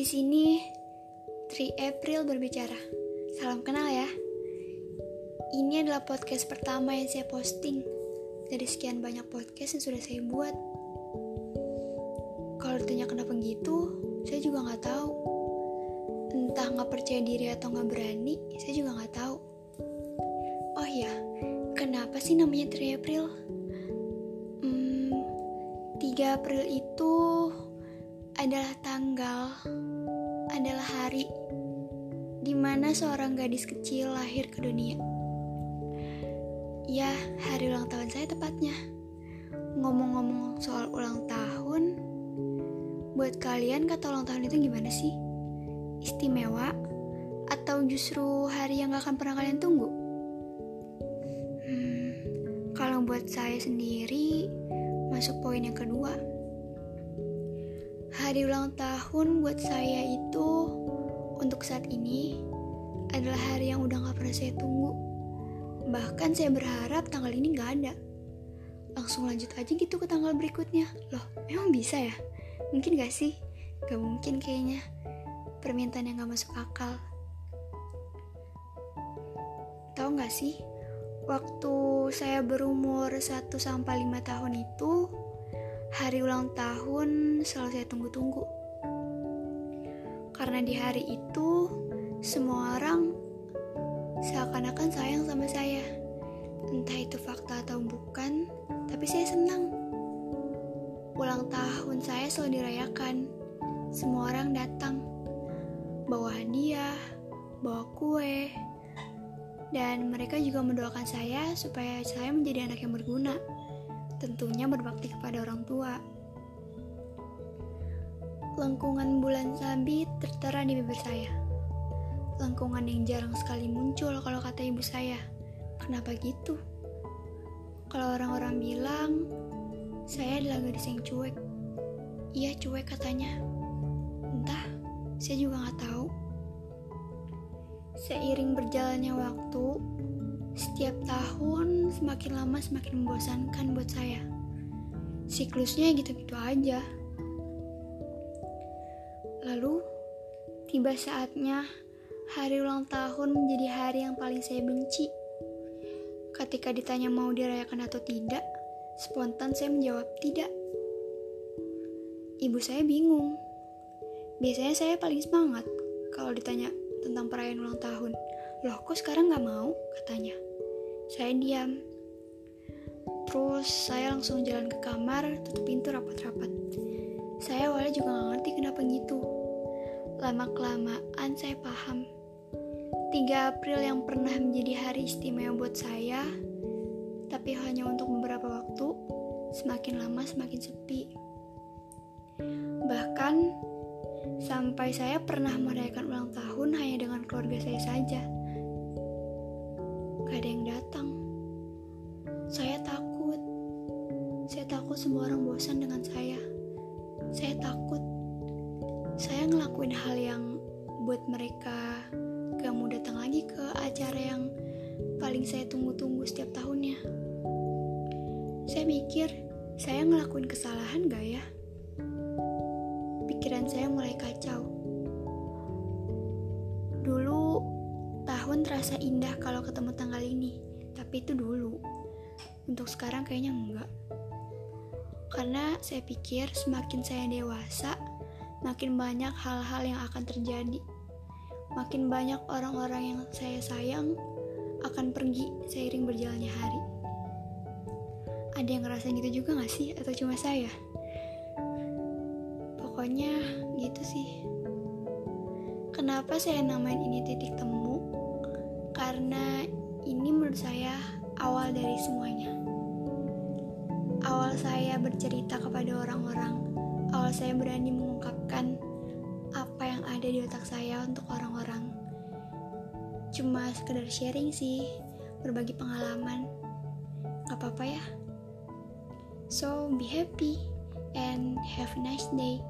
sini 3 April berbicara. Salam kenal ya. Ini adalah podcast pertama yang saya posting dari sekian banyak podcast yang sudah saya buat. Kalau ditanya kenapa gitu, saya juga nggak tahu. Entah nggak percaya diri atau nggak berani, saya juga nggak tahu. Oh ya, kenapa sih namanya 3 April? 3 April itu adalah tanggal, adalah hari di mana seorang gadis kecil lahir ke dunia. Ya, hari ulang tahun saya tepatnya. Ngomong-ngomong soal ulang tahun, buat kalian kata ulang tahun itu gimana sih? Istimewa? Atau justru hari yang gak akan pernah kalian tunggu? Kalau buat saya sendiri, masuk poin yang kedua. Hari ulang tahun buat saya itu untuk saat ini adalah hari yang udah gak pernah saya tunggu. Bahkan saya berharap tanggal ini gak ada. Langsung lanjut aja gitu ke tanggal berikutnya. Loh, memang bisa ya? Mungkin gak sih? Gak mungkin kayaknya. Permintaan yang gak masuk akal. Tahu gak sih? Waktu saya berumur 1-5 tahun itu, hari ulang tahun selalu saya tunggu-tunggu. Karena di hari itu, semua orang seakan-akan sayang sama saya. Entah itu fakta atau bukan, tapi saya senang. Ulang tahun saya selalu dirayakan. Semua orang datang, bawa hadiah, bawa kue, dan mereka juga mendoakan saya supaya saya menjadi anak yang berguna. Tentunya berbakti kepada orang tua. Lengkungan bulan sabit tertera di bibir saya. Lengkungan yang jarang sekali muncul kalau kata ibu saya. Kenapa gitu? Kalau orang-orang bilang, saya adalah gadis yang cuek. Iya cuek katanya. Entah, saya juga gak tahu. Seiring berjalannya waktu, setiap tahun semakin lama semakin membosankan buat saya. Siklusnya gitu-gitu aja. Lalu, tiba saatnya hari ulang tahun menjadi hari yang paling saya benci. Ketika ditanya mau dirayakan atau tidak, spontan saya menjawab tidak. Ibu saya bingung. Biasanya saya paling semangat kalau ditanya tentang perayaan ulang tahun. Loh, kok sekarang gak mau? Katanya. Saya diam. Terus saya langsung jalan ke kamar, tutup pintu rapat-rapat. Saya awalnya juga gak ngerti kenapa gitu. Lama-kelamaan saya paham. 3 April yang pernah menjadi hari istimewa buat saya, tapi hanya untuk beberapa waktu, semakin lama semakin sepi. Bahkan, sampai saya pernah merayakan ulang tahun hanya dengan keluarga saya saja. Gak ada yang datang. Saya takut. Saya takut semua orang bosan dengan saya. Saya takut. Saya ngelakuin hal yang buat mereka gak mau datang lagi ke acara yang paling saya tunggu-tunggu setiap tahunnya. Saya mikir, saya ngelakuin kesalahan gak ya? Pikiran saya mulai kacau. Dulu, tahun terasa indah kalau ketemu tanggal ini. Tapi itu dulu. Untuk sekarang kayaknya enggak. Karena saya pikir semakin saya dewasa, makin banyak hal-hal yang akan terjadi. Makin banyak orang-orang yang saya sayang akan pergi seiring berjalannya hari. Ada yang ngerasain gitu juga gak sih? Atau cuma saya? Pokoknya gitu sih. Kenapa saya namain ini titik temu? Karena ini menurut saya awal dari semuanya. Awal saya bercerita kepada orang-orang. Awal saya berani mengungkapkan apa yang ada di otak saya untuk orang-orang. Cuma sekedar sharing sih, berbagi pengalaman. Gak apa-apa ya. So, be happy and have a nice day.